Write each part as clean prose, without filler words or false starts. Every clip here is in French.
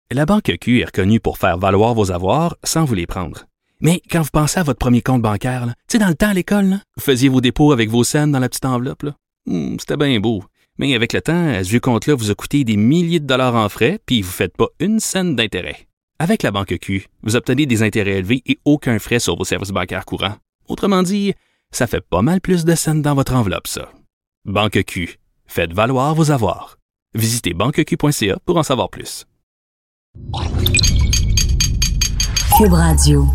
La Banque Q est reconnue pour faire valoir vos avoirs sans vous les prendre. Mais quand vous pensez à votre premier compte bancaire, tu sais, dans le temps à l'école, là, vous faisiez vos dépôts avec vos scènes dans la petite enveloppe. Là. C'était bien beau. Mais avec le temps, ce vieux compte-là vous a coûté des milliers de dollars en frais, puis vous ne faites pas une scène d'intérêt. Avec la Banque Q, vous obtenez des intérêts élevés et aucun frais sur vos services bancaires courants. Autrement dit, ça fait pas mal plus de scènes dans votre enveloppe, ça. Banque Q. Faites valoir vos avoirs. Visitez banqueq.ca pour en savoir plus. Cube Radio.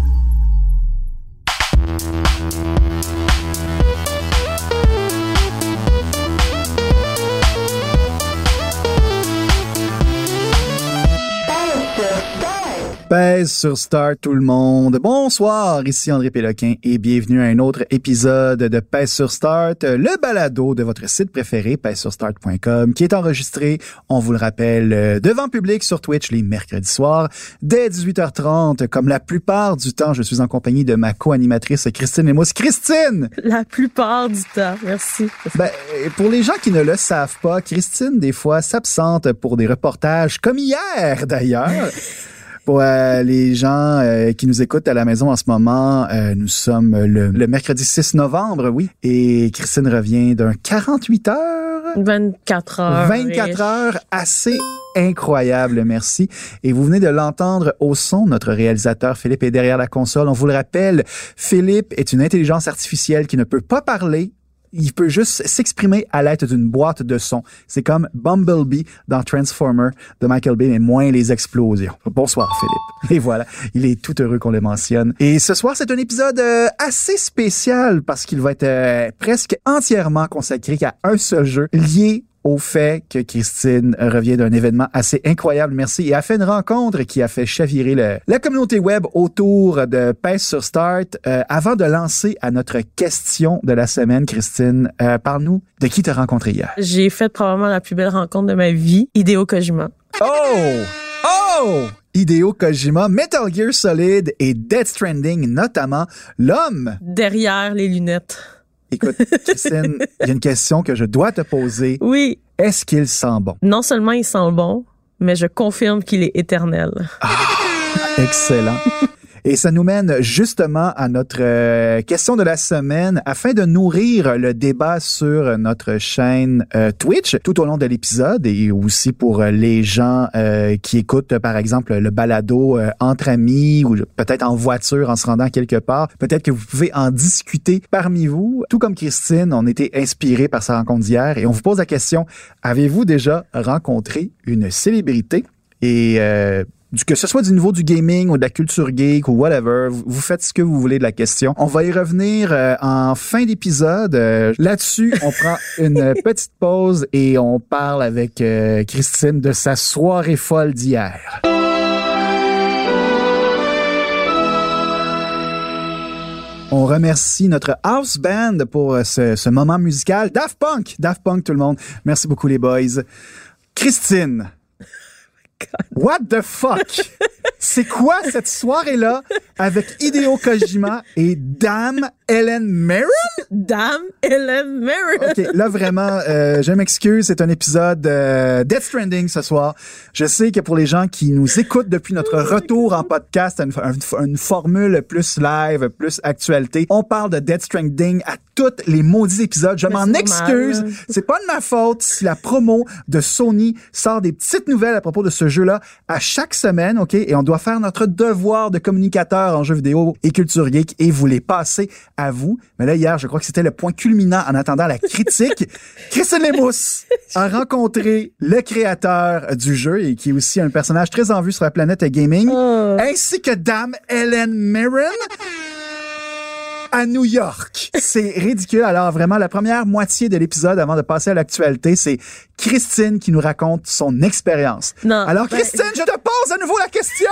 Pèse sur Start tout le monde. Bonsoir, ici André Péloquin et bienvenue à un autre épisode de Pèse sur Start, le balado de votre site préféré, pèsesurstart.com, qui est enregistré, on vous le rappelle, devant public sur Twitch les mercredis soirs, dès 18h30. Comme la plupart du temps, je suis en compagnie de ma co-animatrice Christine Lemousse. Christine! La plupart du temps, merci. Pour les gens qui ne le savent pas, Christine, des fois, s'absente pour des reportages, comme hier d'ailleurs. Pour les gens qui nous écoutent à la maison en ce moment, nous sommes le mercredi 6 novembre, oui. Et Christine revient d'un 48 heures. 24 heures. 24 heures, assez incroyable, merci. Et vous venez de l'entendre au son, notre réalisateur Philippe est derrière la console. On vous le rappelle, Philippe est une intelligence artificielle qui ne peut pas parler. Il peut juste s'exprimer à l'aide d'une boîte de son. C'est comme Bumblebee dans Transformer de Michael Bay, mais moins les explosions. Bonsoir, Philippe. Et voilà, il est tout heureux qu'on le mentionne. Et ce soir, c'est un épisode assez spécial parce qu'il va être presque entièrement consacré à un seul jeu lié au fait que Christine revient d'un événement assez incroyable, merci, et a fait une rencontre qui a fait chavirer la communauté web autour de Pèse sur Start. Avant de lancer à notre question de la semaine, Christine, parle-nous de qui t'as rencontré hier. J'ai fait probablement la plus belle rencontre de ma vie, Hideo Kojima. Oh! Hideo Kojima, Metal Gear Solid et Death Stranding, notamment l'homme derrière les lunettes. Écoute, Christine, il y a une question que je dois te poser. Oui. Est-ce qu'il sent bon? Non seulement il sent bon, mais je confirme qu'il est éternel. Ah, excellent. Et ça nous mène justement à notre question de la semaine afin de nourrir le débat sur notre chaîne Twitch tout au long de l'épisode et aussi pour les gens qui écoutent par exemple le balado entre amis ou peut-être en voiture en se rendant quelque part. Peut-être que vous pouvez en discuter parmi vous. Tout comme Christine, on était inspirés par sa rencontre d'hier et on vous pose la question, avez-vous déjà rencontré une célébrité? Et que ce soit du niveau du gaming ou de la culture geek ou whatever, vous faites ce que vous voulez de la question. On va y revenir en fin d'épisode. Là-dessus, on prend une petite pause et on parle avec Christine de sa soirée folle d'hier. On remercie notre house band pour ce moment musical. Daft Punk tout le monde. Merci beaucoup les boys. Christine. What the fuck? C'est quoi cette soirée-là avec Hideo Kojima et Dame Helen Mirren? Dame Helen Mirren! OK, là vraiment, je m'excuse, c'est un épisode Death Stranding ce soir. Je sais que pour les gens qui nous écoutent depuis notre retour en podcast, une formule plus live, plus actualité, on parle de Death Stranding à tous les maudits épisodes. Je m'en excuse. C'est pas de ma faute si la promo de Sony sort des petites nouvelles à propos de ce jeu-là à chaque semaine, OK? Et on doit faire notre devoir de communicateur en jeux vidéo et culture geek et vous les passer à vous. Mais là, hier, je crois que c'était le point culminant en attendant la critique. Christine Lemousse a rencontré le créateur du jeu et qui est aussi un personnage très en vue sur la planète gaming, ainsi que Dame Helen Mirren à New York. C'est ridicule. Alors vraiment, la première moitié de l'épisode avant de passer à l'actualité, c'est Christine qui nous raconte son expérience. Non. Alors Christine, je te pose à nouveau la question.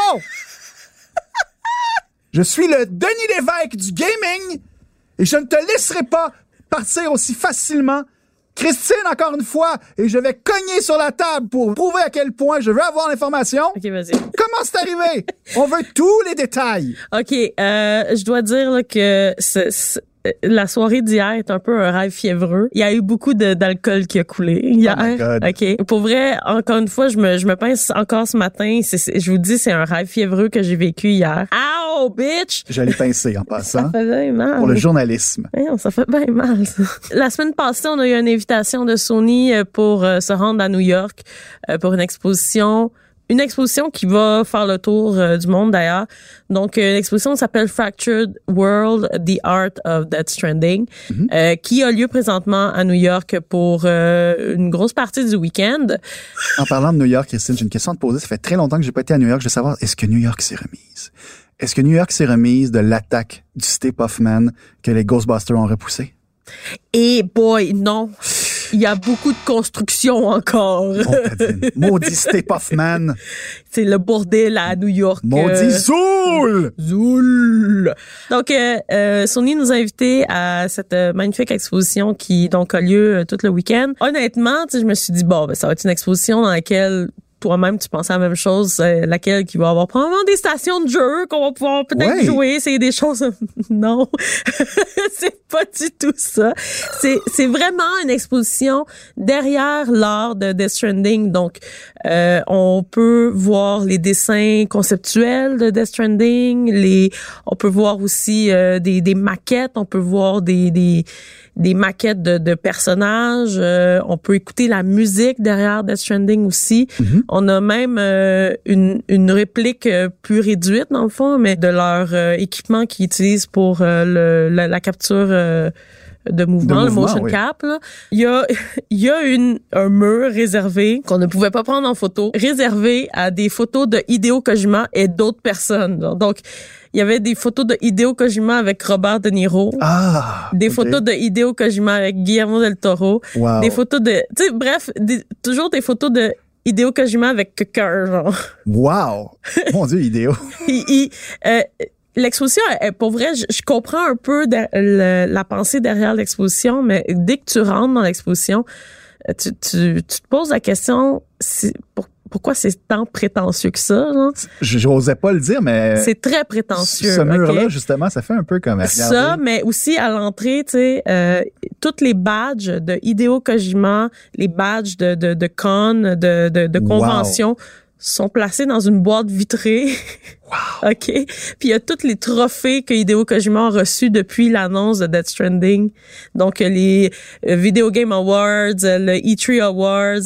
Je suis le Denis Lévesque du gaming et je ne te laisserai pas partir aussi facilement. Christine, encore une fois, et je vais cogner sur la table pour prouver à quel point je veux avoir l'information. OK, vas-y. Comment c'est arrivé? On veut tous les détails. OK, je dois dire là, que la soirée d'hier est un peu un rêve fiévreux. Il y a eu beaucoup d'alcool qui a coulé hier. Oh my God. OK. Pour vrai, encore une fois, je me pince encore ce matin. Je vous dis, c'est un rêve fiévreux que j'ai vécu hier. Ow, bitch! J'allais pincer en passant. Ça fait bien mal. Pour le journalisme. Voyons, ça fait bien mal, ça. La semaine passée, on a eu une invitation de Sony pour se rendre à New York pour une exposition. Une exposition qui va faire le tour du monde, d'ailleurs. Donc, l'exposition s'appelle Fractured World, The Art of Death Stranding, qui a lieu présentement à New York pour une grosse partie du week-end. En parlant de New York, Christine, j'ai une question à te poser. Ça fait très longtemps que j'ai pas été à New York. Je veux savoir, est-ce que New York s'est remise? Est-ce que New York s'est remise de l'attaque du Stay Puft-Man que les Ghostbusters ont repoussé? Et boy, non. Il y a beaucoup de construction encore. Maudit Stay Puft-Man. C'est le bordel à New York. Maudit Zool! Zool! Donc, Sony nous a invités à cette magnifique exposition qui donc a lieu tout le week-end. Honnêtement, je me suis dit, bon, ben, ça va être une exposition dans laquelle toi-même, tu pensais à la même chose, laquelle qui va avoir probablement des stations de jeu qu'on va pouvoir peut-être jouer, c'est des choses... Non, c'est pas du tout ça. C'est vraiment une exposition derrière l'art de Death Stranding. Donc, on peut voir les dessins conceptuels de Death Stranding, on peut voir aussi des maquettes, on peut voir des maquettes de personnages, on peut écouter la musique derrière Death Stranding aussi. Mm-hmm. On a même une réplique plus réduite dans le fond, mais de leur équipement qu'ils utilisent pour la capture de mouvement, le motion cap. Là. Il y a un mur réservé qu'on ne pouvait pas prendre en photo, réservé à des photos de Hideo Kojima et d'autres personnes. Genre. Donc, il y avait des photos de Hideo Kojima avec Robert De Niro. Des photos de Hideo Kojima avec Guillermo del Toro. Wow. Des photos de... Tu sais, bref, toujours des photos de Hideo Kojima avec quelqu'un, genre. Wow! Mon Dieu, Hideo! L'exposition, pour vrai, je comprends un peu la pensée derrière l'exposition, mais dès que tu rentres dans l'exposition, tu te poses la question, pourquoi c'est tant prétentieux que ça, genre? J'osais pas le dire, mais... C'est très prétentieux. Ce mur-là, justement, ça fait un peu comme... Ça, mais aussi à l'entrée, tu sais, toutes les badges de Hideo Kojima, les badges de con, de convention, sont placés dans une boîte vitrée. Wow. OK? Puis il y a tous les trophées que Hideo Kojima a reçus depuis l'annonce de Death Stranding. Donc, les Video Game Awards, le E3 Awards,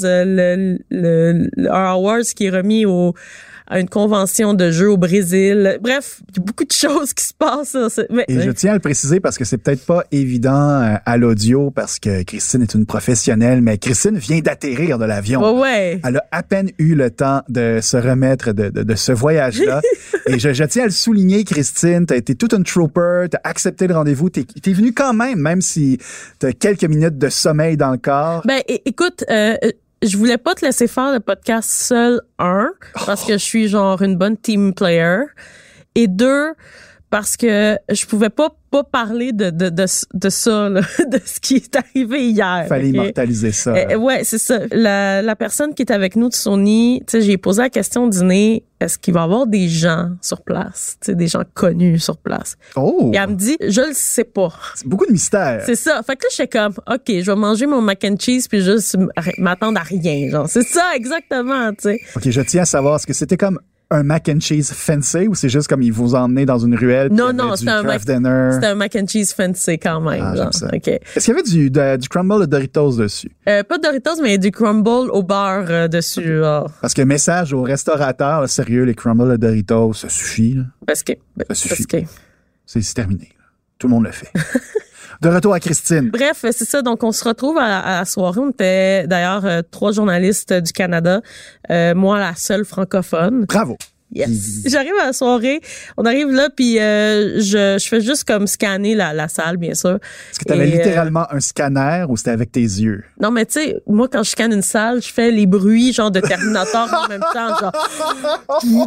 le Awards qui est remis à une convention de jeux au Brésil. Bref, il y a beaucoup de choses qui se passent. Et je tiens à le préciser parce que c'est peut-être pas évident à l'audio parce que Christine est une professionnelle, mais Christine vient d'atterrir de l'avion. Ouais. Elle a à peine eu le temps de se remettre de ce voyage-là. Et je tiens à le souligner, Christine, t'as été toute une trooper, t'as accepté le rendez-vous, t'es venue quand même si t'as quelques minutes de sommeil dans le corps. Ben, écoute, je voulais pas te laisser faire le podcast seul, parce que je suis genre une bonne team player, et 2, parce que je pouvais pas parler de ça, là, de ce qui est arrivé hier. Fallait immortaliser ça. Ouais, c'est ça. La personne qui est avec nous de Sony, tu sais, j'ai posé la question au dîner, est-ce qu'il va y avoir des gens sur place, tu sais, des gens connus sur place? Oh! Et elle me dit, je le sais pas. C'est beaucoup de mystère. C'est ça. Fait que là, j'étais comme, OK, je vais manger mon mac and cheese puis juste m'attendre à rien, genre. C'est ça, exactement, tu sais. OK, je tiens à savoir, est-ce que c'était comme un mac and cheese fancy ou c'est juste comme ils vous emmenaient dans une ruelle? Non, c'était un mac and cheese fancy quand même. Ah, genre. Ça. Okay. Est-ce qu'il y avait du crumble de Doritos dessus? Pas de Doritos, mais du crumble au beurre dessus. Okay. Parce que message aux restaurateurs, là, sérieux, les crumbles de Doritos, ça suffit. Là. Ça suffit. C'est terminé. Là. Tout le monde le fait. De retour à Christine. Bref, c'est ça. Donc, on se retrouve à la soirée. On était d'ailleurs 3 journalistes du Canada. Moi, la seule francophone. Bravo. Yes. J'arrive à la soirée, on arrive là, puis je fais juste comme scanner la salle, bien sûr. Est-ce que tu avais littéralement un scanner ou c'était avec tes yeux? Non, mais tu sais, moi, quand je scanne une salle, je fais les bruits genre de Terminator en même temps, genre...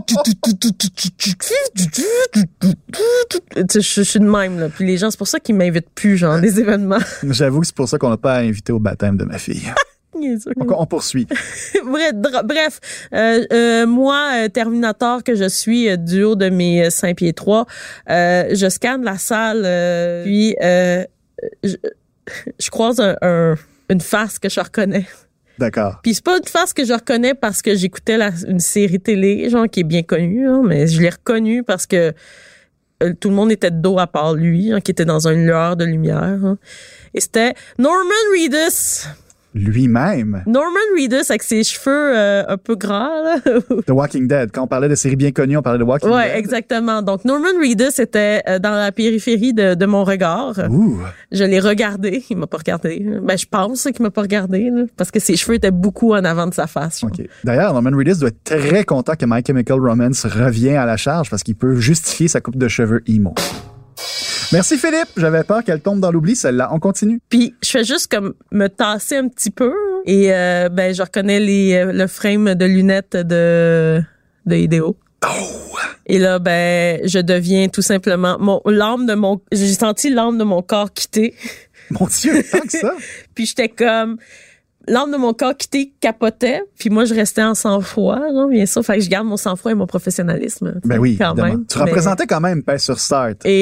Je suis de même, là. Puis les gens, c'est pour ça qu'ils m'invitent plus, genre, des événements. J'avoue que c'est pour ça qu'on n'a pas invité au baptême de ma fille. Niaiseux. On poursuit. Bref, moi, Terminator que je suis du haut de mes 5 pieds 3, je scanne la salle, puis je croise une face que je reconnais. D'accord. Puis c'est pas une face que je reconnais parce que j'écoutais une série télé, genre qui est bien connue, hein, mais je l'ai reconnue parce que tout le monde était de dos à part lui, hein, qui était dans une lueur de lumière. Hein. Et c'était Norman Reedus. Lui-même. Norman Reedus avec ses cheveux un peu gras. Là. The Walking Dead. Quand on parlait de séries bien connues, on parlait de Walking Dead. Ouais, exactement. Donc Norman Reedus était dans la périphérie de mon regard. Ouh. Je l'ai regardé. Il m'a pas regardé. Ben, je pense qu'il m'a pas regardé là, parce que ses cheveux étaient beaucoup en avant de sa face. OK. D'ailleurs, Norman Reedus doit être très content que My Chemical Romance revient à la charge parce qu'il peut justifier sa coupe de cheveux emo. Merci Philippe, j'avais peur qu'elle tombe dans l'oubli, celle-là. On continue. Puis je fais juste comme me tasser un petit peu et ben je reconnais le frame de lunettes de Hideo. Oh! Et là ben je deviens tout simplement j'ai senti l'âme de mon corps quitter. Mon Dieu, tant que ça. Puis j'étais comme l'âme de mon corps quitté capotait, puis moi je restais en sang-froid, non, bien sûr, fait que je garde mon sang-froid et mon professionnalisme. Ben oui, quand évidemment. même. Tu représentais quand même Paix sur Start. Et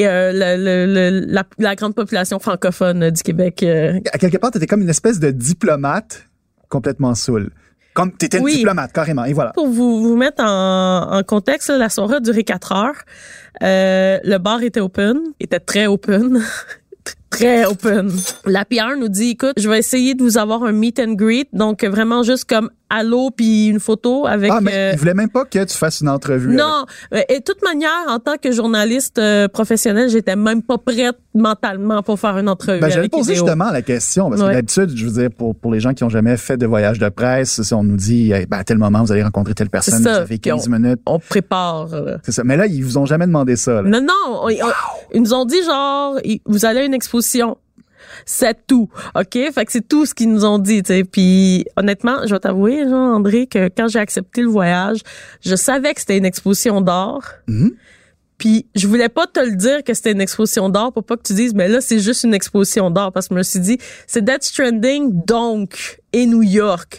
la grande population francophone du Québec. À quelque part, t'étais comme une espèce de diplomate complètement saoul. Comme t'étais une diplomate, carrément, et voilà. Pour vous mettre en contexte, là, la soirée a duré 4 heures. Le bar était très open. Très open. La PR nous dit, écoute, je vais essayer de vous avoir un meet and greet, donc vraiment juste comme allô puis une photo avec. Ah, mais il voulait même pas que tu fasses une entrevue. Non, et de toute manière, en tant que journaliste professionnelle, j'étais même pas prête mentalement pour faire une entrevue. Ben, j'allais avec poser Hideo. justement la question parce que d'habitude, je veux dire, pour les gens qui ont jamais fait de voyage de presse, si on nous dit, ben, à tel moment vous allez rencontrer telle personne, vous avez 15 minutes. On prépare. C'est ça. Mais là, ils vous ont jamais demandé ça. Là. Non, ils nous ont dit genre, vous allez à une exposition. C'est tout, OK? Fait que c'est tout ce qu'ils nous ont dit, tu sais. Puis honnêtement, je vais t'avouer, Jean André, que quand j'ai accepté le voyage, je savais que c'était une exposition d'art. Mm-hmm. Puis je voulais pas te le dire que c'était une exposition d'art pour pas que tu dises, mais là c'est juste une exposition d'art, parce que je me suis dit, c'est Death Stranding donc et New York.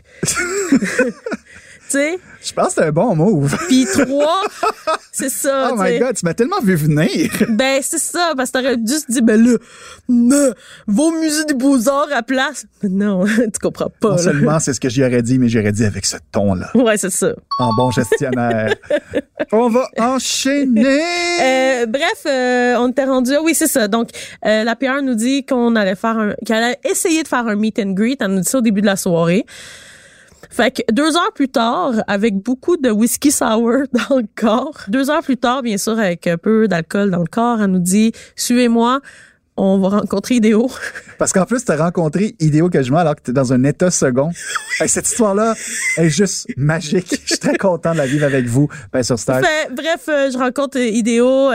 Tu sais? Je pense que c'est un bon move. Puis 3, c'est ça. Oh my God, tu m'as tellement vu venir. Ben, c'est ça, parce que t'aurais juste dit, ben là, non, va au musée des Beaux-Arts à place. Non, tu comprends pas. Non là. seulement c'est ce que j'y aurais dit, mais j'aurais dit avec ce ton-là. Ouais, c'est ça. En bon gestionnaire. On va enchaîner. Bref, on était rendu. Oui, c'est ça. Donc, la PR nous dit qu'elle allait essayer de faire un meet and greet. Elle nous dit ça au début de la soirée. Fait que 2 heures plus tard, avec beaucoup de whisky sour dans le corps, 2 heures plus tard, bien sûr, avec un peu d'alcool dans le corps, elle nous dit, suivez-moi, on va rencontrer Hideo. Parce qu'en plus, t'as rencontré Hideo Kojima alors que t'es dans un état second. Hey, cette histoire-là est juste magique. Je suis très content de la vivre avec vous, Paix sur Start. Bref, je rencontre Hideo,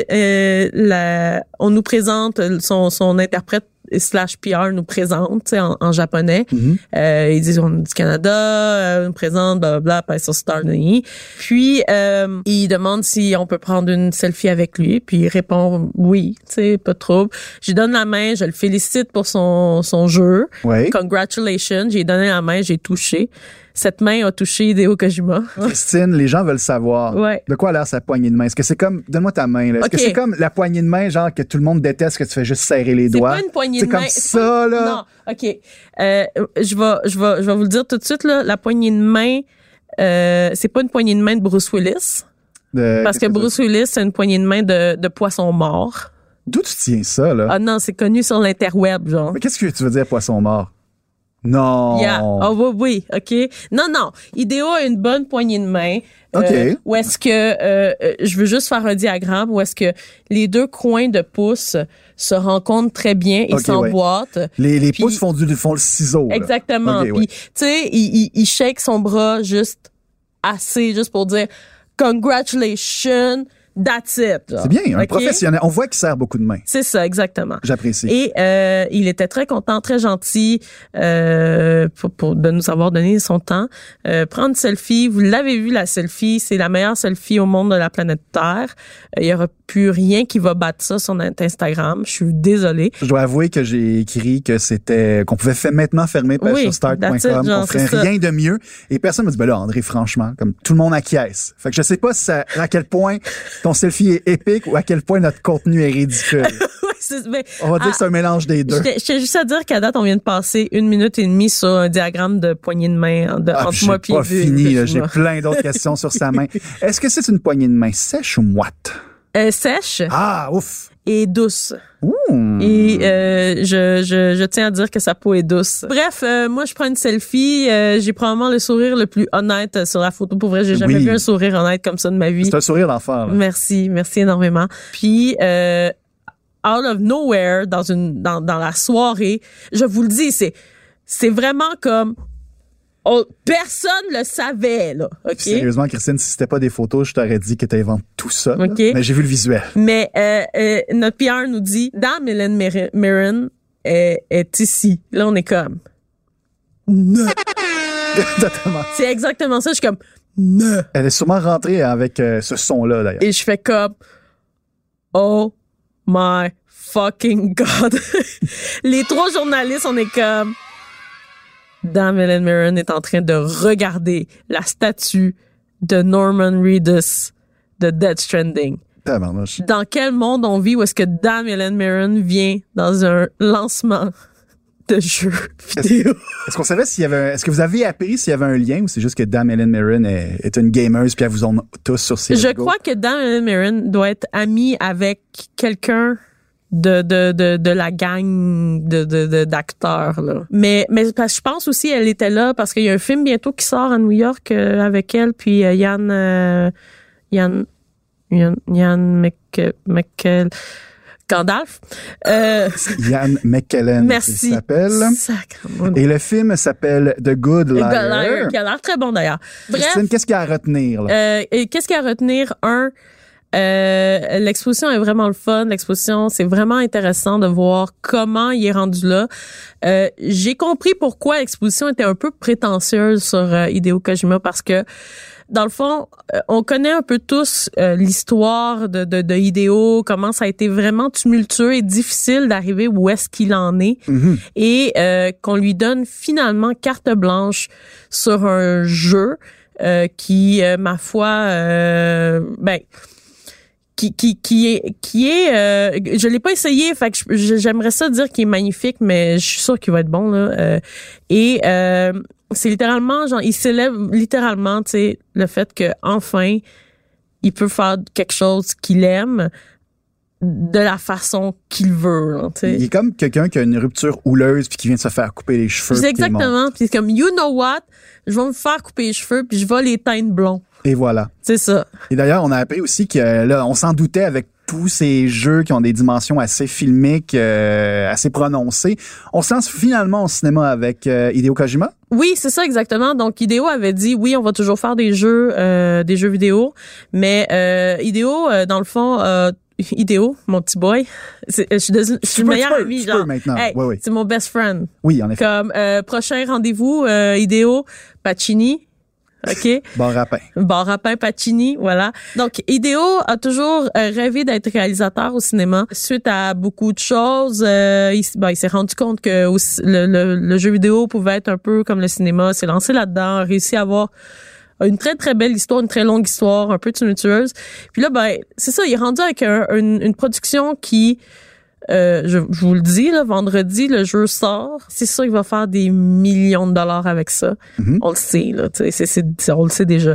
on nous présente son interprète / PR nous présente, tu sais, en japonais. Mm-hmm. Ils disent, on est du Canada, nous présente, blablabla, Paix sur Start. Puis, il demande si on peut prendre une selfie avec lui, puis il répond oui, tu sais, pas de trouble. Je lui donne la main, je le félicite pour son jeu. Oui. Congratulations, j'ai donné la main, j'ai touché. Cette main a touché Hideo Kojima. Christine, les gens veulent savoir. Ouais. De quoi a l'air sa poignée de main? Est-ce que c'est comme, donne-moi ta main, là. Est-ce que c'est comme la poignée de main, genre, que tout le monde déteste, que tu fais juste serrer les doigts? C'est pas une poignée de main. C'est comme ça, là. Non, OK. Je vais vous le dire tout de suite, là. La poignée de main, c'est pas une poignée de main de Bruce Willis. Parce que Bruce Willis, c'est une poignée de main de poisson mort. D'où tu tiens ça, là? Ah non, c'est connu sur l'interweb, genre. Mais qu'est-ce que tu veux dire, poisson mort? Non. Yeah. Ah oui, OK. Non. Hideo a une bonne poignée de main. OK. Où est-ce que je veux juste faire un diagramme où est-ce que les 2 coins de pouce se rencontrent très bien et s'emboîtent. Ouais. Les pouces font le ciseau. Là. Exactement. Puis tu sais, il shake son bras juste assez pour dire congratulations. That's it. Genre. C'est bien, un OK? professionnel. On voit qu'il sert beaucoup de mains. C'est ça, exactement. J'apprécie. Et il était très content, très gentil de nous avoir donné son temps. Prendre selfie, vous l'avez vu, la selfie, c'est la meilleure selfie au monde de la planète Terre. Il y aura plus rien qui va battre ça sur notre Instagram. Je suis désolée. Je dois avouer que j'ai écrit que qu'on pouvait maintenant fermer sur start.com, qu'on ferait rien de mieux. Et personne m'a dit, ben là, André, franchement, comme tout le monde acquiesce. Fait que je sais pas à quel point ton selfie est épique ou à quel point notre contenu est ridicule. On va dire que c'est un mélange des deux. Je tiens juste à dire qu'à date, on vient de passer 1 minute et demie sur un diagramme de poignée de main entre moi et pas fini, là, j'ai plein d'autres questions sur sa main. Est-ce que c'est une poignée de main sèche ou moite? Sèche. Ah, ouf! Et douce. Ouh. Et je tiens à dire que sa peau est douce. Bref, moi je prends une selfie, j'ai probablement le sourire le plus honnête sur la photo. Pour vrai, j'ai jamais vu un sourire honnête comme ça de ma vie. C'est un sourire d'enfant. Là. Merci énormément. Puis out of nowhere dans la soirée, je vous le dis, c'est vraiment comme personne le savait, là. OK? Sérieusement, Christine, si c'était pas des photos, je t'aurais dit que tu inventes tout ça. Okay. Mais j'ai vu le visuel. Mais notre PR nous dit, Dame Hélène Mirren est ici. Là, on est comme... Non. Totalement. C'est exactement ça. Je suis comme... Non. Elle est sûrement rentrée avec ce son-là, d'ailleurs. Et je fais comme... Oh my fucking God. Les 3 journalistes, on est comme... Dame Hélène Mirren est en train de regarder la statue de Norman Reedus de Death Stranding. Dans quel monde on vit où est-ce que Dame Hélène Mirren vient dans un lancement de jeu vidéo? Est-ce qu'on savait est-ce que vous avez appris s'il y avait un lien ou c'est juste que Dame Hélène Mirren est une gameuse puis elle vous ont tous sur CSGO? Je crois que Dame Hélène Mirren doit être amie avec quelqu'un de la gang d'acteurs, là. Mais parce que je pense aussi elle était là parce qu'il y a un film bientôt qui sort à New York avec elle puis Yann Gandalf. Yann McKellen. Merci. Il s'appelle. Et le film s'appelle The Good Liar. Qui a l'air très bon d'ailleurs. Christine, qu'est-ce qu'il y a à retenir, là? Qu'est-ce qu'il y a à retenir? L'exposition est vraiment le fun. L'exposition, c'est vraiment intéressant de voir comment il est rendu là. J'ai compris pourquoi l'exposition était un peu prétentieuse sur Hideo Kojima parce que dans le fond, on connaît un peu tous l'histoire de Hideo, comment ça a été vraiment tumultueux et difficile d'arriver où est-ce qu'il en est, et qu'on lui donne finalement carte blanche sur un jeu qui, ma foi, qui est je l'ai pas essayé, fait que j'aimerais ça dire qu'il est magnifique, mais je suis sûre qu'il va être bon là. C'est littéralement genre il célèbre littéralement, tu sais, le fait que enfin il peut faire quelque chose qu'il aime de la façon qu'il veut, là, tu sais. Il est comme quelqu'un qui a une rupture houleuse puis qui vient de se faire couper les cheveux. C'est exactement, puis c'est comme you know what, je vais me faire couper les cheveux puis je vais les teindre blonds. Et voilà. C'est ça. Et d'ailleurs, on a appris aussi que là, on s'en doutait avec tous ces jeux qui ont des dimensions assez filmiques, assez prononcées. On se lance finalement au cinéma avec Hideo Kojima. Oui, c'est ça exactement. Donc Hideo avait dit oui, on va toujours faire des jeux vidéo, mais Hideo dans le fond Hideo, mon petit boy, je suis le meilleur ami, genre. Hey, oui. C'est mon best friend. Oui, en effet. Comme prochain rendez-vous Hideo Pacini. OK. Bar Rapin Pacini, voilà. Donc, Hideo a toujours rêvé d'être réalisateur au cinéma. Suite à beaucoup de choses, il s'est rendu compte que le jeu vidéo pouvait être un peu comme le cinéma. S'est lancé là-dedans, a réussi à avoir une très, très belle histoire, une très longue histoire, un peu tumultueuse. Puis là, c'est ça, il est rendu avec une production qui... je vous le dis, là, vendredi, le jeu sort. C'est sûr qu'il va faire des millions de dollars avec ça. On le sait, là. On le sait déjà.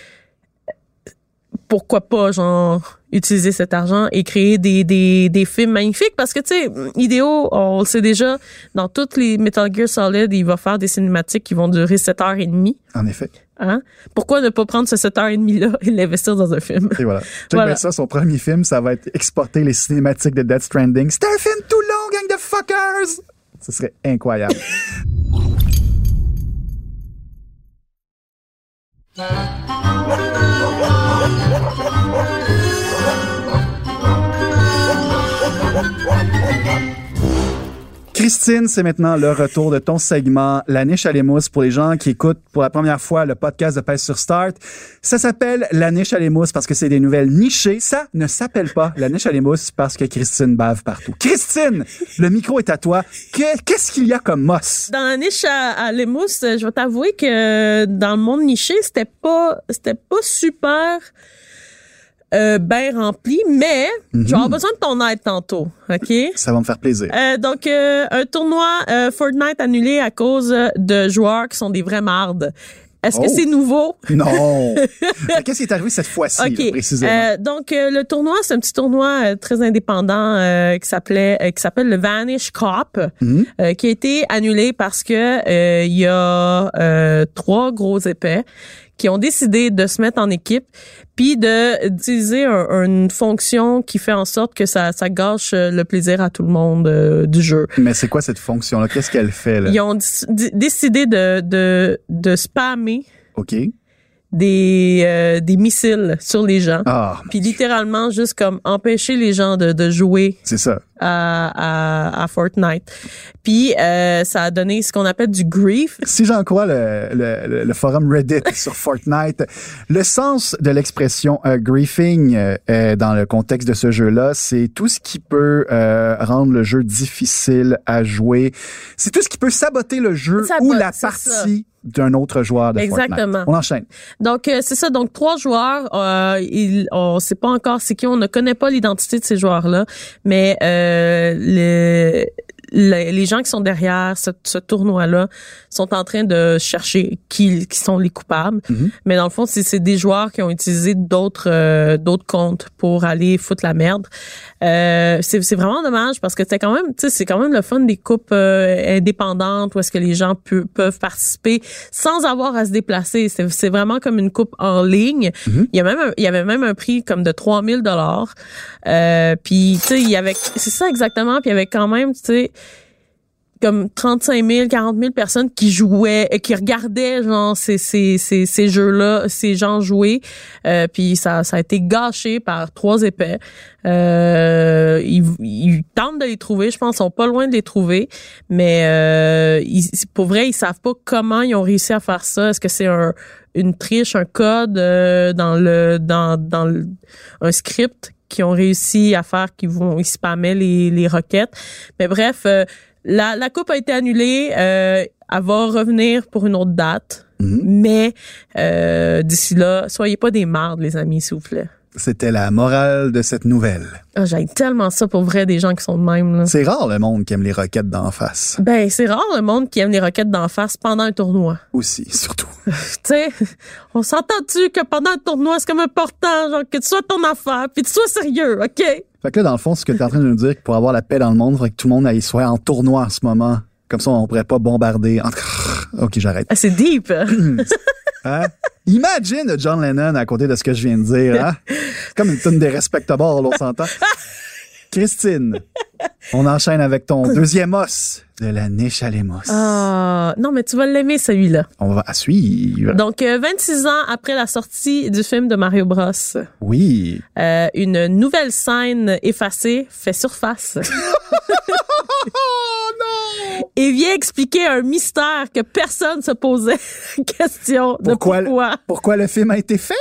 Pourquoi pas, genre, utiliser cet argent et créer des films magnifiques? Parce que, tu sais, Hideo, on le sait déjà, dans toutes les Metal Gear Solid, il va faire des cinématiques qui vont durer 7h30. En effet. Hein? Pourquoi ne pas prendre ce 7h30-là et l'investir dans un film? Et voilà. Voilà. Ça, son premier film, ça va être exporter les cinématiques de Death Stranding. C'est un film tout long, gang de fuckers! Ce serait incroyable. Christine, c'est maintenant le retour de ton segment La niche à l'émousse pour les gens qui écoutent pour la première fois le podcast de Pèse sur Start. Ça s'appelle La niche à l'émousse parce que c'est des nouvelles nichées. Ça ne s'appelle pas La niche à l'émousse parce que Christine bave partout. Christine, le micro est à toi. Qu'est-ce qu'il y a comme mosse? Dans la niche à l'émousse, je vais t'avouer que dans le monde niché, c'était pas super bien rempli, mais je vais avoir besoin de ton aide tantôt, OK? Ça va me faire plaisir. Donc, un tournoi Fortnite annulé à cause de joueurs qui sont des vrais mardes. Est-ce que c'est nouveau? Non. Qu'est-ce qui est arrivé cette fois-ci, okay. là, précisément? Donc, le tournoi, c'est un petit tournoi très indépendant qui s'appelle le Vanish Cup, qui a été annulé parce que il y a 3 gros épais qui ont décidé de se mettre en équipe puis d'utiliser une fonction qui fait en sorte que ça gâche le plaisir à tout le monde du jeu. Mais c'est quoi cette fonction-là? Qu'est-ce qu'elle fait, là? Ils ont décidé de spammer des missiles sur les gens. Puis littéralement juste comme empêcher les gens de jouer. C'est ça. À Fortnite. Puis ça a donné ce qu'on appelle du grief. Si j'en crois le forum Reddit sur Fortnite, le sens de l'expression griefing dans le contexte de ce jeu-là, c'est tout ce qui peut rendre le jeu difficile à jouer. C'est tout ce qui peut saboter le jeu ou la partie d'un autre joueur de Exactement. Fortnite. On enchaîne. Donc, c'est ça. Donc, 3 joueurs. On sait pas encore c'est qui. On ne connaît pas l'identité de ces joueurs-là. Mais les gens qui sont derrière ce tournoi-là sont en train de chercher qui sont les coupables. Mais dans le fond, c'est des joueurs qui ont utilisé d'autres comptes pour aller foutre la merde. C'est vraiment dommage parce que c'est quand même le fun des coupes indépendantes où est-ce que les gens peuvent participer sans avoir à se déplacer. C'est vraiment comme une coupe en ligne. Il y avait même un prix comme de $3,000. Puis tu sais, c'est ça exactement. Puis il y avait quand même, tu sais, comme 35 000, 40 000 personnes qui jouaient, qui regardaient genre ces jeux-là, ces gens jouer. Puis ça a été gâché par 3 épais. Ils tentent de les trouver, je pense, ils sont pas loin de les trouver, mais pour vrai, ils savent pas comment ils ont réussi à faire ça. Est-ce que c'est une triche, un code dans un script qu'ils ont réussi à faire, ils spammaient les requêtes. Mais bref, la coupe a été annulée. Elle va revenir pour une autre date. Mais d'ici là, soyez pas des mardes, les amis, s'il vous plaît. C'était la morale de cette nouvelle. J'aime tellement ça pour vrai, des gens qui sont de même, là. C'est rare le monde qui aime les roquettes d'en face. Ben, c'est rare le monde qui aime les roquettes d'en face pendant un tournoi. Aussi, surtout. Tu sais, on s'entend-tu que pendant un tournoi, c'est comme important, genre, que tu sois ton affaire, puis tu sois sérieux, OK? Fait que là, dans le fond, ce que t'es en train de nous dire, que pour avoir la paix dans le monde, il faudrait que tout le monde aille soit en tournoi en ce moment. Comme ça, on pourrait pas bombarder. OK, j'arrête. Ah, c'est deep. Hein? Imagine John Lennon à côté de ce que je viens de dire. Hein? C'est comme une tonne de respectable, on s'entend. Christine, on enchaîne avec ton deuxième os de la niche à l'émousse. Non, mais tu vas l'aimer, celui-là. On va suivre. Donc, 26 ans après la sortie du film de Mario Bros. Oui. Une nouvelle scène effacée fait surface. Oh non! Et vient expliquer un mystère que personne se posait question de pourquoi. Pourquoi le film a été fait?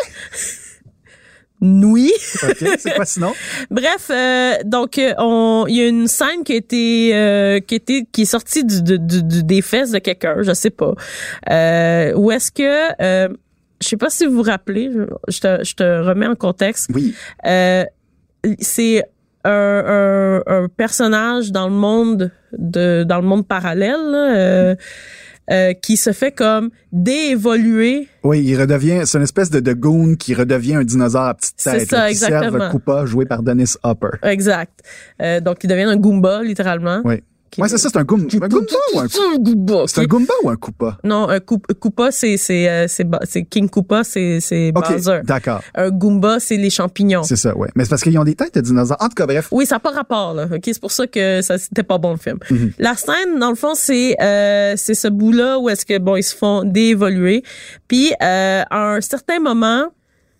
Oui. OK, c'est quoi sinon? Bref, donc il y a une scène qui est sortie des fesses de quelqu'un, je sais pas. Où est-ce que je sais pas si vous vous rappelez, je te remets en contexte. Oui. C'est un personnage dans le monde parallèle là, qui se fait comme déévoluer. Oui, c'est une espèce de goon qui redevient un dinosaure à petite tête. C'est ça, qui exactement. serve Koopa, joué par Dennis Hopper. Exact. Donc, il devient un Goomba, littéralement. Oui. Ouais, c'est ça, c'est un Goomba. Un Goomba ou un Koopa? C'est un Goomba ou un Koopa? Non, un Koopa, c'est King Koopa, c'est Bowser. OK, d'accord. Un Goomba, c'est les champignons. C'est ça, ouais. Mais c'est parce qu'ils ont des têtes de dinosaures. En tout cas, bref. Oui, ça n'a pas rapport, là. OK, c'est pour ça que c'était pas bon, le film. La scène, dans le fond, c'est ce bout-là où est-ce que, bon, ils se font déévoluer. Puis, à un certain moment,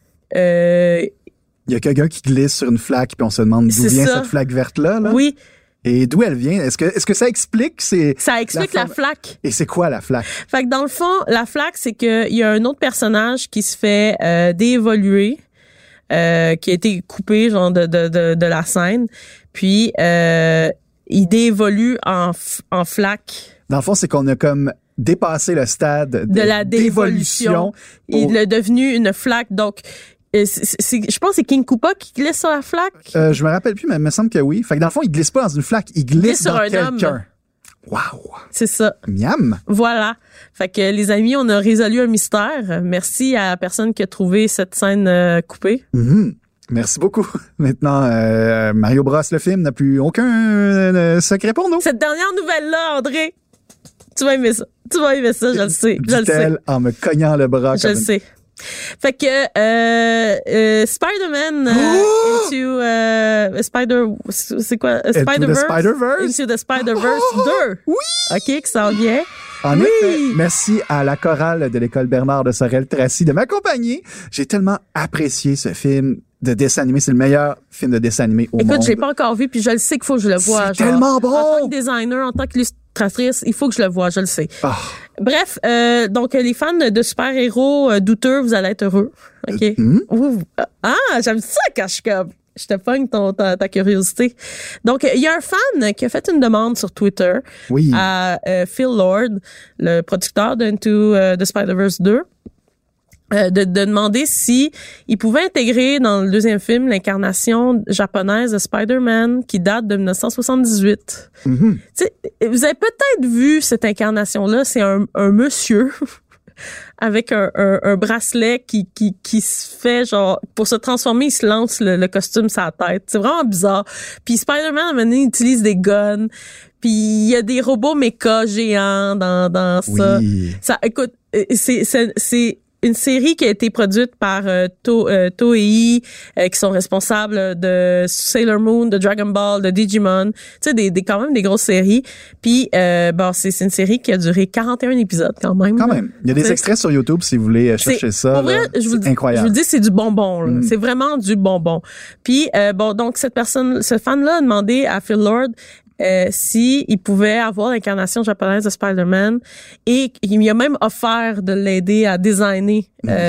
il y a quelqu'un qui glisse sur une flaque puis on se demande d'où vient cette flaque verte-là, là. Oui. Et d'où elle vient? Est-ce que ça explique? Ça explique la flaque. Et c'est quoi la flaque? Fait que dans le fond, la flaque, c'est qu'il y a un autre personnage qui se fait déévoluer, qui a été coupé genre de la scène, puis il déévolue en flaque. Dans le fond, c'est qu'on a comme dépassé le stade de la dévolution. Il est devenu une flaque, donc... je pense que c'est King Koopa qui glisse sur la flaque. Je me rappelle plus, mais il me semble que oui. Fait que dans le fond, il glisse pas dans une flaque, il glisse dans quelqu'un. Homme. Wow! C'est ça. Miam! Voilà. Fait que les amis, on a résolu un mystère. Merci à la personne qui a trouvé cette scène coupée. Mm-hmm. Merci beaucoup. Maintenant, Mario Bros, le film, n'a plus aucun secret pour nous. Cette dernière nouvelle-là, André, tu vas aimer ça. Je le sais. Dit-elle en me cognant le bras. Je le sais. Fait que Spider-Man Into the Spider-Verse 2. Oui! OK, qui s'en vient. En effet, merci à la chorale de l'école Bernard de Sorel-Tracy de m'accompagner. J'ai tellement apprécié ce film de dessin animé. C'est le meilleur film de dessin animé au monde. Écoute, je l'ai pas encore vu, puis je le sais qu'il faut que je le voie. C'est tellement bon! En tant que designer, en tant qu'illustratrice, il faut que je le voie, je le sais. Oh. Bref, donc les fans de super-héros douteux, vous allez être heureux. OK? J'aime ça quand je te pogne ta curiosité. Donc, il y a un fan qui a fait une demande sur Twitter à Phil Lord, le producteur de Into the Spider-Verse 2, de demander si il pouvait intégrer dans le deuxième film l'incarnation japonaise de Spider-Man qui date de 1978. Mm-hmm. T'sais, vous avez peut-être vu cette incarnation-là, c'est un monsieur avec un bracelet qui se fait genre pour se transformer, il se lance le costume sur la tête. C'est vraiment bizarre. Puis Spider-Man à un moment donné, il utilise des guns. Puis il y a des robots méca géants dans ça. Oui. Ça écoute, c'est une série qui a été produite par Toei, qui sont responsables de Sailor Moon, de Dragon Ball, de Digimon. Tu sais, quand même des grosses séries. Puis, c'est une série qui a duré 41 épisodes quand même. Quand même. Il y a des extraits sur YouTube si vous voulez chercher ça. Pour vrai, incroyable. Je vous le dis, c'est du bonbon. Là. C'est vraiment du bonbon. Puis, donc ce fan-là a demandé à Phil Lord si il pouvait avoir l'incarnation japonaise de Spider-Man, et il lui a même offert de l'aider à designer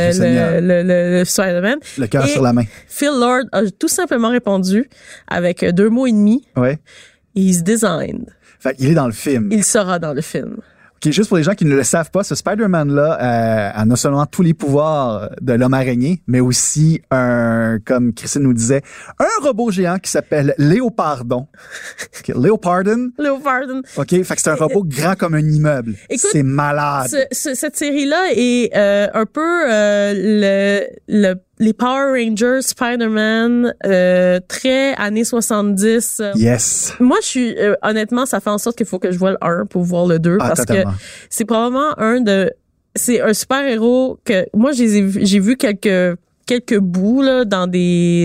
le Spider-Man. Le cœur sur la main. Phil Lord a tout simplement répondu avec 2 mots et demi. Ouais. He's designed. Fait qu'il est dans le film. Il sera dans le film. OK, juste pour les gens qui ne le savent pas, ce Spider-Man-là a non seulement tous les pouvoirs de l'homme araignée, mais aussi comme Christine nous disait, un robot géant qui s'appelle Léopardon. Okay, Léopardon. OK, fait que c'est un robot grand comme un immeuble. Écoute, c'est malade. Cette série-là est un peu les Power Rangers, Spider-Man, très années 70. Yes. Moi, je suis honnêtement, ça fait en sorte qu'il faut que je vois le 1 pour voir le 2 parce totalement. Que c'est probablement c'est un super-héros que moi j'ai vu quelques bouts là dans des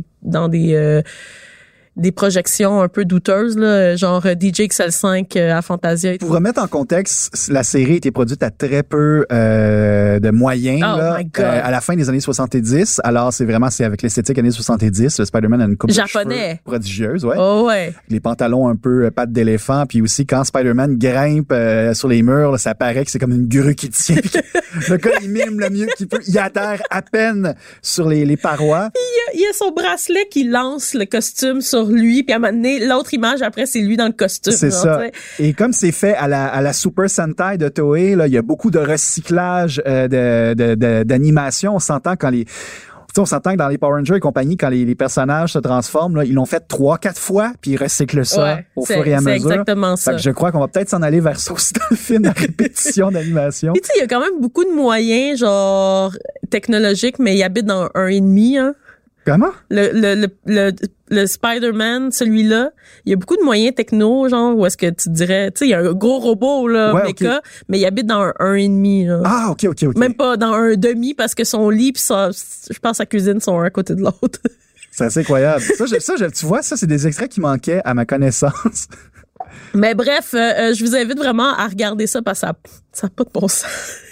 projections un peu douteuses, là, genre DJ XL5 à Fantasia. Pour remettre en contexte, la série a été produite à très peu de moyens à la fin des années 70. Alors, c'est avec l'esthétique années 70. Le Spider-Man a une coupe japonais de cheveux prodigieuse. Ouais. Oh ouais. Les pantalons un peu pattes d'éléphant. Puis aussi, quand Spider-Man grimpe sur les murs, là, ça paraît que c'est comme une grue qui tient. Le gars, il mime le mieux qu'il peut. Il adhère à peine sur les parois. Il y a son bracelet qui lance le costume sur lui, puis à un moment donné, l'autre image après, c'est lui dans le costume. C'est genre, ça. T'sais. Et comme c'est fait à la Super Sentai de Toei, là, il y a beaucoup de recyclage d'animation. On s'entend que dans les Power Rangers et compagnie, quand les personnages se transforment, là, ils l'ont fait 3-4 fois, puis ils recyclent ça au fur et à mesure. C'est exactement ça. Fait que je crois qu'on va peut-être s'en aller vers ça aussi dans le film, la répétition d'animation. Puis tu sais, il y a quand même beaucoup de moyens, genre, technologiques, mais il habite dans 1,5, hein. Comment? Le Spider-Man, celui-là, il y a beaucoup de moyens techno, genre, où est-ce que tu dirais, tu sais, il y a un gros robot, là, méca, okay. Mais il habite dans un 1,5, là. Ah, OK. Même pas dans un demi, parce que son lit pis je pense sa cuisine sont un à côté de l'autre. C'est assez incroyable. Tu vois, ça, c'est des extraits qui manquaient à ma connaissance. Mais bref, je vous invite vraiment à regarder ça parce que ça n'a pas de bon sens.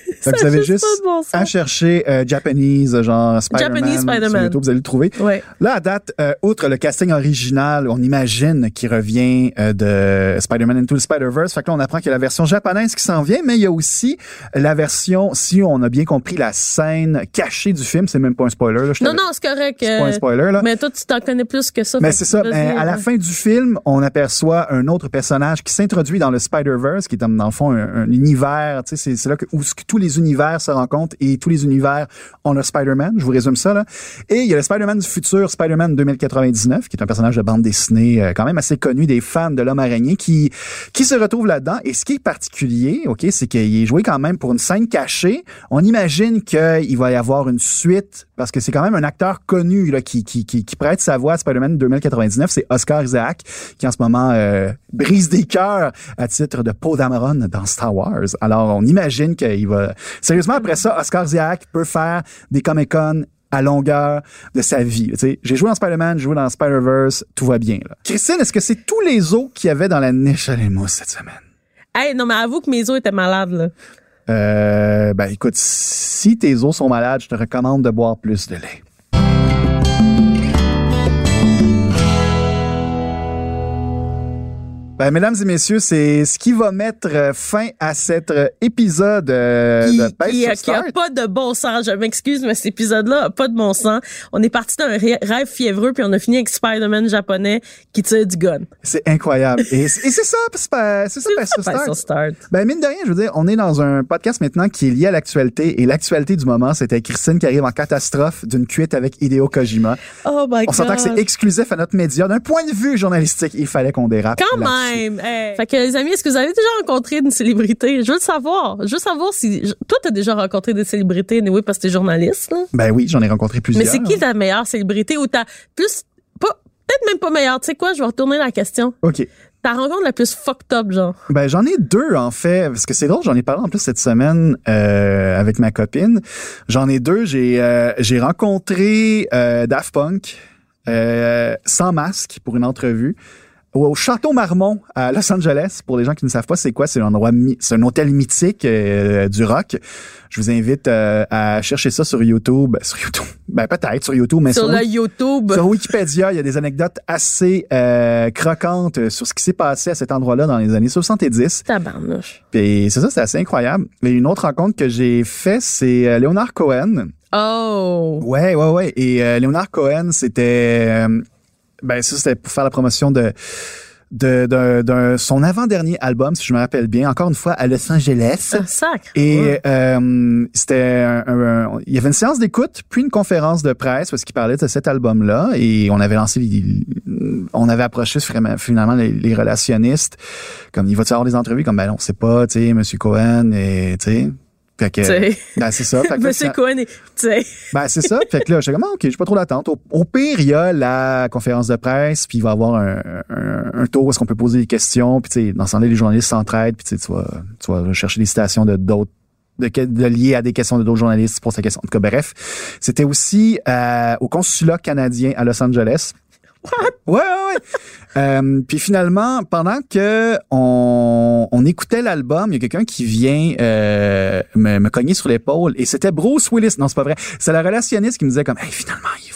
Donc, vous avez juste pas de bon sens. à chercher Japanese, genre Spider-Man, sur YouTube, vous allez le trouver. Ouais. Là, à date, outre le casting original, on imagine qu'il revient de Spider-Man Into the Spider-Verse. Fait que là, on apprend qu'il y a la version japonaise qui s'en vient, mais il y a aussi la version, si on a bien compris, la scène cachée du film. C'est même pas un spoiler. Là, Non, c'est correct. C'est pas un spoiler, là. Mais toi, tu t'en connais plus que ça. Mais c'est ça. À la fin du film, on aperçoit un autre personnage qui s'introduit dans le Spider-Verse, qui est dans le fond un univers. Tu sais, c'est là où tous les univers se rencontrent et tous les univers ont le Spider-Man. Je vous résume ça, là. Et il y a le Spider-Man du futur, Spider-Man 2099, qui est un personnage de bande dessinée quand même assez connu des fans de l'Homme Araignée qui se retrouve là-dedans. Et ce qui est particulier, OK, c'est qu'il est joué quand même pour une scène cachée. On imagine qu'il va y avoir une suite parce que c'est quand même un acteur connu là, qui prête sa voix à Spider-Man 2099. C'est Oscar Isaac qui en ce moment brise des cœurs à titre de Poe Dameron dans Star Wars. Alors, on imagine qu'il va... Sérieusement, après ça, Oscar Isaac peut faire des Comic-Con à longueur de sa vie. Tu sais, j'ai joué dans Spider-Man, j'ai joué dans Spider-Verse, tout va bien. Là. Christine, est-ce que c'est tous les os qu'il y avait dans la niche à l'émousse cette semaine? Hey, non, mais avoue que mes os étaient malades, là. Ben écoute, si tes os sont malades, je te recommande de boire plus de lait. Ben, mesdames et messieurs, c'est ce qui va mettre fin à cet épisode de Best qui a pas de bon sens. Je m'excuse, mais cet épisode-là a pas de bon sens. On est parti d'un rêve fiévreux, puis on a fini avec Spider-Man japonais qui tire du gun. C'est incroyable. Et c'est ça, c'est ça, Best Start. Ben, mine de rien, je veux dire, on est dans un podcast maintenant qui est lié à l'actualité, et l'actualité du moment, c'était Christine qui arrive en catastrophe d'une cuite avec Hideo Kojima. Oh my God. On s'entend que c'est exclusif à notre média. D'un point de vue journalistique, il fallait qu'on dérape. Quand même! Hey. Fait que les amis, est-ce que vous avez déjà rencontré une célébrité? Je veux le savoir. Je veux savoir si... Toi, t'as déjà rencontré des célébrités, oui, parce que t'es journaliste, là. Ben oui, j'en ai rencontré plusieurs. Mais c'est qui ta meilleure célébrité ou ta plus... Peut-être même pas meilleure. Tu sais quoi? Je vais retourner la question. OK. Ta rencontre la plus fucked up, genre? Ben, j'en ai deux, en fait. Parce que c'est drôle, j'en ai parlé en plus cette semaine, avec ma copine. J'en ai deux. J'ai rencontré, Daft Punk, sans masque pour une entrevue. Au Château Marmont à Los Angeles. Pour les gens qui ne savent pas c'est quoi, c'est un endroit, c'est un hôtel mythique du rock. Je vous invite à chercher ça sur YouTube. Ben peut-être sur YouTube, mais sur YouTube. Sur Wikipédia, il y a des anecdotes assez croquantes sur ce qui s'est passé à cet endroit-là dans les années 70. Tabarnouche. Puis c'est ça, c'est assez incroyable. Et une autre rencontre que j'ai fait, c'est Leonard Cohen. Oh. Ouais. Et Leonard Cohen, c'était c'était pour faire la promotion de son avant-dernier album, si je me rappelle bien, encore une fois à Los Angeles. Ah, sacre. Et c'était il y avait une séance d'écoute, puis une conférence de presse parce qu'il parlait de cet album-là, et on avait on avait approché finalement les relationnistes, comme il va-tu avoir des entrevues, comme ben on sait pas, tu sais, Monsieur Cohen, et tu sais. Fait que, ben, c'est ça. Monsieur Cohen, tu sais. Ben, c'est ça. Fait que là, j'étais comme, OK, j'ai pas trop d'attente. Au pire, il y a la conférence de presse, puis il va y avoir un tour où est-ce qu'on peut poser des questions, puis tu sais, dans ce temps-là, les journalistes s'entraident, puis tu vas chercher des citations de d'autres, de liées à des questions de d'autres journalistes pour sa question. En tout cas, bref. C'était aussi, au consulat canadien à Los Angeles. What? Ouais. Puis finalement, pendant que on écoutait l'album, il y a quelqu'un qui vient me cogner sur l'épaule, et c'était Bruce Willis. Non, c'est pas vrai. C'est la relationniste qui me disait comme, hey, finalement, il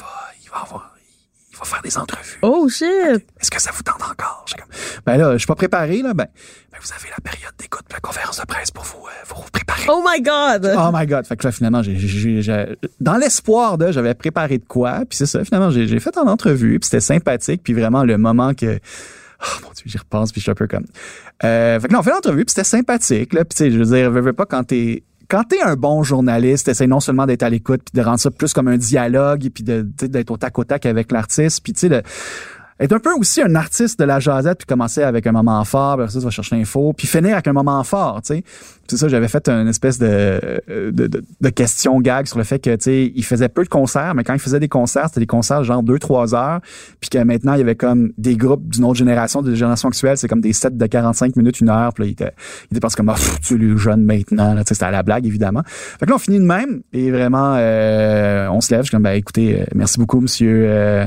va faire des entrevues. Oh shit. Est-ce que ça vous tente encore? Comme, ben là, je suis pas préparé là. Ben vous avez la période d'écoute de la conférence de presse pour vous préparer. Oh my God. Oh my God. Fait que là, finalement, dans l'espoir j'avais préparé de quoi, puis c'est ça. Finalement, j'ai fait en entrevue, puis c'était sympathique, puis vraiment le moment que, oh mon Dieu, j'y repense, puis je suis un peu comme. Fait que là, on fait l'entrevue, puis c'était sympathique là. Puis tu sais, je veux dire, veux pas quand t'es un bon journaliste, t'essaies non seulement d'être à l'écoute, puis de rendre ça plus comme un dialogue, et puis d'être au tac au tac avec l'artiste, puis tu sais, être un peu aussi un artiste de la jasette, puis commencer avec un moment fort, puis après ça, tu vas chercher l'info, puis finir avec un moment fort, tu sais. C'est ça, j'avais fait une espèce de question gag sur le fait que, tu sais, il faisait peu de concerts, mais quand il faisait des concerts, c'était des concerts genre 2-3 heures, puis que maintenant, il y avait comme des groupes d'une autre génération, de génération actuelle, c'est comme des sets de 45 minutes, 1 heure, puis là, il était parce comme, tu es le jeune maintenant, là, tu sais, c'était à la blague, évidemment. Fait que là, on finit de même, et vraiment, on se lève, je suis comme, écoutez, merci beaucoup, monsieur,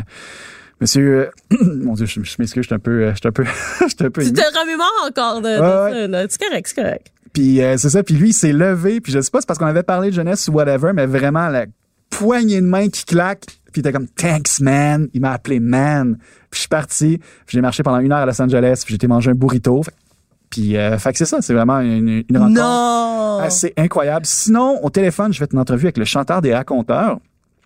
mon Dieu, je m'excuse, j'étais un peu. Tu te remémores encore de ça, là. C'est correct. Puis c'est ça. Puis lui, il s'est levé. Puis je sais pas, c'est parce qu'on avait parlé de jeunesse ou whatever, mais vraiment, la poignée de main qui claque. Puis il était comme « Thanks, man ». Il m'a appelé « man ». Puis je suis parti. Puis j'ai marché pendant 1 heure à Los Angeles. Puis j'ai été manger un burrito. Puis fait que c'est ça. C'est vraiment une rencontre assez incroyable. Sinon, au téléphone, j'ai fait une entrevue avec le chanteur des Raconteurs.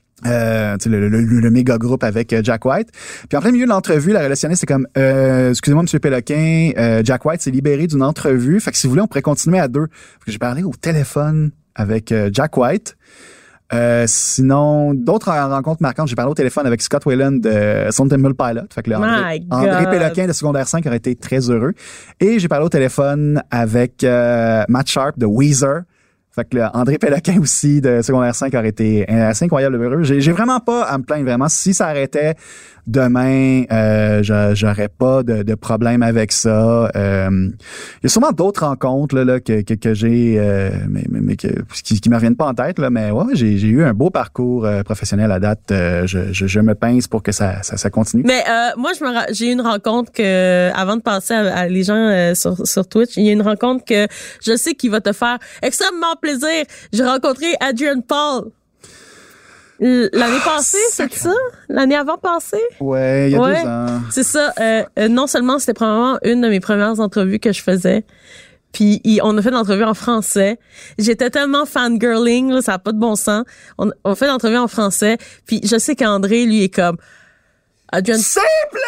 Le méga groupe avec Jack White. Puis en plein milieu de l'entrevue, la relationniste c'est comme excusez-moi monsieur Péloquin, Jack White s'est libéré d'une entrevue. Fait que si vous voulez, on pourrait continuer à 2. Fait que j'ai parlé au téléphone avec Jack White. Sinon, d'autres rencontres marquantes, j'ai parlé au téléphone avec Scott Whelan de Stone Temple Pilot. Fait que André Péloquin de secondaire 5 aurait été très heureux. Et j'ai parlé au téléphone avec Matt Sharp de Weezer. Fait que André Péloquin aussi de secondaire 5 aurait été assez incroyable heureux. J'ai vraiment pas à me plaindre, vraiment. Si ça arrêtait demain, j'aurais pas de problème avec ça. Il y a sûrement d'autres rencontres là que j'ai mais qui me reviennent pas en tête là, mais ouais, j'ai eu un beau parcours professionnel à date. Je me pince pour que ça continue. Mais moi j'ai eu une rencontre que avant de passer à les gens sur Twitch, il y a une rencontre que je sais qui va te faire extrêmement plaisir. J'ai rencontré Adrian Paul. L'année passée, c'est ça? L'année avant passée? Ouais, il y a 2 ans. C'est ça. Non seulement c'était probablement une de mes premières entrevues que je faisais, puis on a fait l'entrevue en français. J'étais tellement fangirling, là, ça n'a pas de bon sens. On fait l'entrevue en français, puis je sais qu'André, lui, est comme... Adrian... Simple!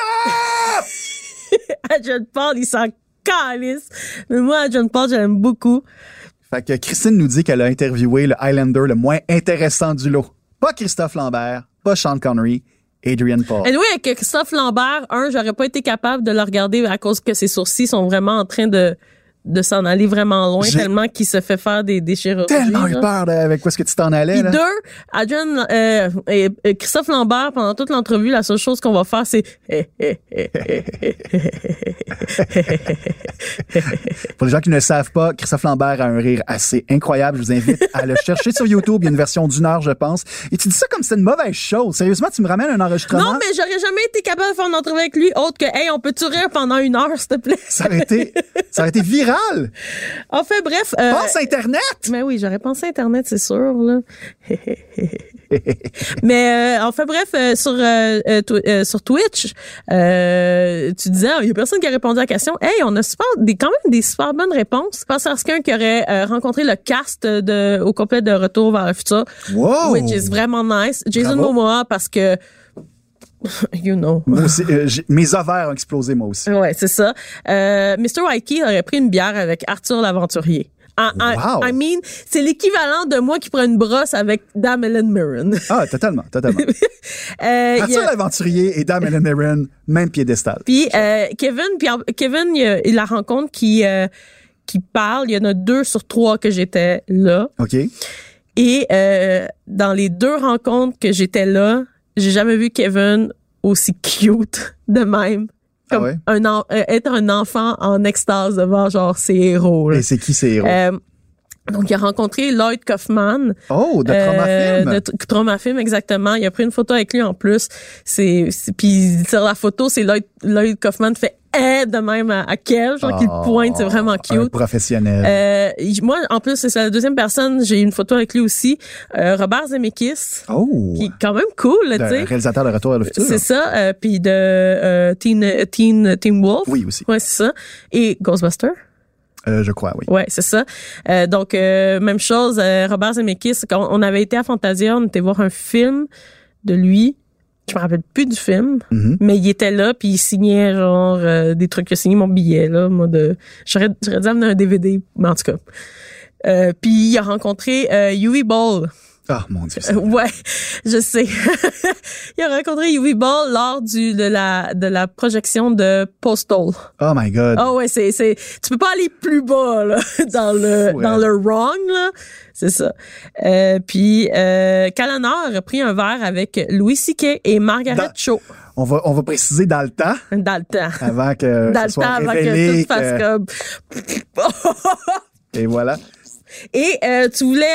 Adrian Paul, il s'en calisse. Mais moi, Adrian Paul, je l'aime beaucoup. Fait que Christine nous dit qu'elle a interviewé le Highlander le moins intéressant du lot. Pas Christophe Lambert, pas Sean Connery, Adrian Paul. Et oui, avec Christophe Lambert, j'aurais pas été capable de le regarder à cause que ses sourcils sont vraiment en train de s'en aller vraiment loin, tellement qu'il se fait faire des chirurgies. Tellement eu peur avec quoi est-ce que tu t'en allais. Puis là. 2, Adrian, Christophe Lambert, pendant toute l'entrevue, la seule chose qu'on va faire, c'est Pour les gens qui ne le savent pas, Christophe Lambert a un rire assez incroyable. Je vous invite à le chercher sur YouTube. Il y a une version d'1 heure, je pense. Et tu dis ça comme si c'était une mauvaise chose. Sérieusement, tu me ramènes un enregistrement? Non, mais j'aurais jamais été capable de faire une entrevue avec lui autre que, hey, on peut-tu rire pendant 1 heure, s'il te plaît? Ça aurait été viral. En fait, bref. Pense Internet! Mais oui, j'aurais pensé Internet, c'est sûr, là. Mais, en fait, bref, sur Twitch, tu disais, il y a personne qui a répondu à la question. Hey, on a quand même des super bonnes réponses. Je pense à quelqu'un qui aurait rencontré le cast au complet de Retour vers le futur. Wow! Which is vraiment nice. Jason Momoa, parce que you know. Moi aussi, mes ovaires ont explosé, moi aussi. Ouais, c'est ça. Mr. Waikiki aurait pris une bière avec Arthur l'Aventurier. Wow. I mean, c'est l'équivalent de moi qui prends une brosse avec Dame Helen Mirren. Ah, totalement. Arthur l'Aventurier et Dame Helen Mirren, même piédestal. Puis Kevin, il la rencontre qui parle. Il y en a 2 sur 3 que j'étais là. OK. Et dans les 2 rencontres que j'étais là, j'ai jamais vu Kevin aussi cute de même. Comme être un enfant en extase devant genre ses héros. Là. Et c'est qui ces héros? Donc, il a rencontré Lloyd Kaufman. Oh, de Traumafilm. De Traumafilm, exactement. Il a pris une photo avec lui en plus. Puis sur la photo, c'est Lloyd Kaufman fait de même à Kev, genre qu'il pointe, c'est vraiment cute. Un professionnel. Moi, en plus, c'est la deuxième personne, j'ai une photo avec lui aussi. Robert Zemeckis. Oh. Qui est quand même cool, tu sais. Réalisateur de Retour vers le futur. C'est ça. Puis de Teen Wolf. Oui, aussi. Ouais, c'est ça. Et Ghostbusters. Je crois, oui. Ouais, c'est ça. Donc, même chose, Robert Zemeckis, quand on avait été à Fantasia, on était voir un film de lui. Je me rappelle plus du film, mais il était là, puis il signait genre des trucs. Il a signé mon billet, là, moi, j'aurais dû amener un DVD, mais en tout cas. Puis il a rencontré Uwe Boll. Ah, mon Dieu. Ouais, je sais. Il a rencontré Uwe Boll lors de la projection de Postal. Oh my God. Oh ouais, tu peux pas aller plus bas, là, dans le wrong, là. C'est ça. Puis, Callana a pris un verre avec Louis C.K. et Margaret Cho. On va préciser dans le temps. Dans le temps. Avant que ça soit révélé. Que tout fasse comme... Et voilà. Et tu voulais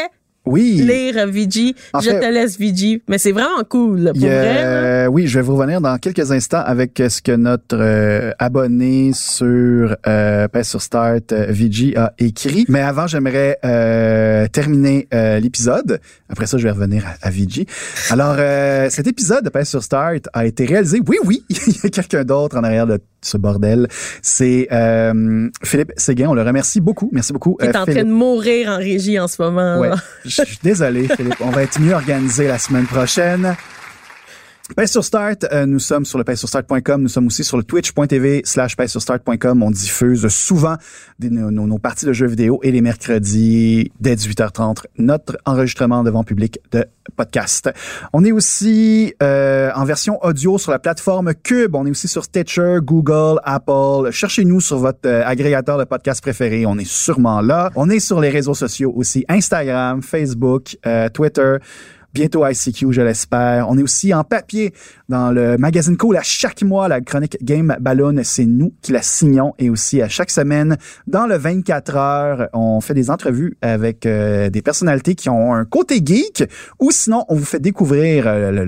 Oui. lire VG. Je te laisse VG. Mais c'est vraiment cool, là, pour vrai. Oui, je vais vous revenir dans quelques instants avec ce que notre abonné sur Pèse sur Start, VG, a écrit. Mais avant, j'aimerais terminer l'épisode. Après ça, je vais revenir à VG. Alors, cet épisode de Pèse sur Start a été réalisé. Oui, il y a quelqu'un d'autre en arrière de ce bordel. C'est Philippe Séguin. On le remercie beaucoup. Merci beaucoup. Il est en train de mourir en régie en ce moment. Ouais. Je suis désolé, Philippe. On va être mieux organisé la semaine prochaine. Pèse sur Start, nous sommes sur le pèsesurstart.com. Nous sommes aussi sur le twitch.tv/pèsesurstart.com. On diffuse souvent nos parties de jeux vidéo et les mercredis dès 18h30, notre enregistrement devant public de podcast. On est aussi en version audio sur la plateforme Cube. On est aussi sur Stitcher, Google, Apple. Cherchez-nous sur votre agrégateur de podcast préféré. On est sûrement là. On est sur les réseaux sociaux aussi. Instagram, Facebook, Twitter. Bientôt ICQ, je l'espère. On est aussi en papier dans le magazine Cool à chaque mois. La chronique Game Balloon, c'est nous qui la signons. Et aussi à chaque semaine, dans le 24 heures, on fait des entrevues avec des personnalités qui ont un côté geek ou sinon, on vous fait découvrir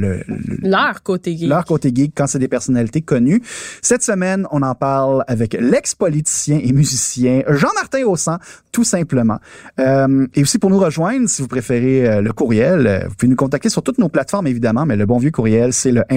leur côté geek. Leur côté geek quand c'est des personnalités connues. Cette semaine, on en parle avec l'ex-politicien et musicien Jean-Martin Haussan, tout simplement. Et aussi pour nous rejoindre, si vous préférez le courriel, vous pouvez nous contacter sur toutes nos plateformes, évidemment, mais le bon vieux courriel, c'est le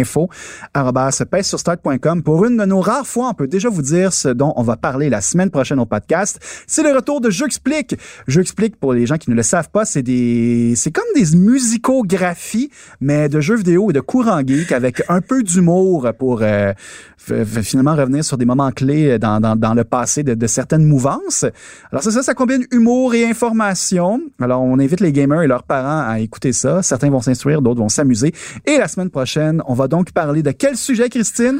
info@pèsesurstart.com. Pour une de nos rares fois, on peut déjà vous dire ce dont on va parler la semaine prochaine au podcast. C'est le retour de Jeux Explique. Jeux Explique, pour les gens qui ne le savent pas, c'est comme des musicographies, mais de jeux vidéo et de courant geek avec un peu d'humour pour finalement revenir sur des moments clés dans le passé de certaines mouvances. Alors ça combine humour et information. Alors on invite les gamers et leurs parents à écouter ça. Certains vont s'instruire, d'autres vont s'amuser. Et la semaine prochaine, on va donc parler de quel sujet, Christine?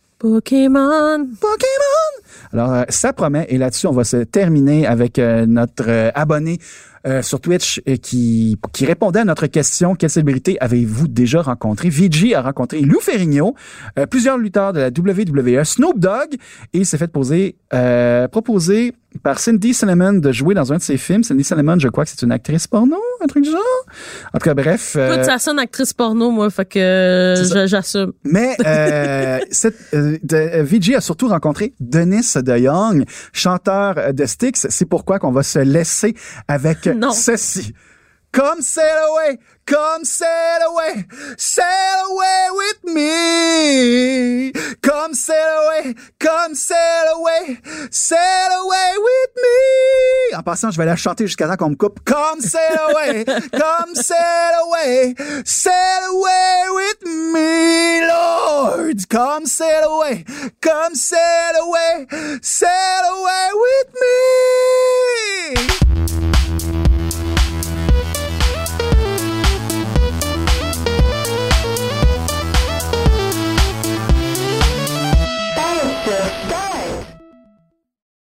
Pokémon! Alors, ça promet. Et là-dessus, on va se terminer avec notre abonné sur Twitch qui répondait à notre question: quelle célébrité avez-vous déjà rencontré? VG a rencontré Lou Ferrigno, plusieurs lutteurs de la WWE, Snoop Dogg, et il s'est fait proposer par Cindy Salamon de jouer dans un de ses films. Cindy Salamon, je crois que c'est une actrice porno, un truc du genre. En tout cas, bref. Écoute, ça sonne actrice porno, moi, fait que j'assume. Mais VG a surtout rencontré Dennis DeYoung, chanteur de Styx. C'est pourquoi qu'on va se laisser avec ceci. Come sail away with me. Come sail away with me. En passant, je vais la chanter jusqu'à temps qu'on me coupe. Come sail away with me, Lord. Come sail away with me.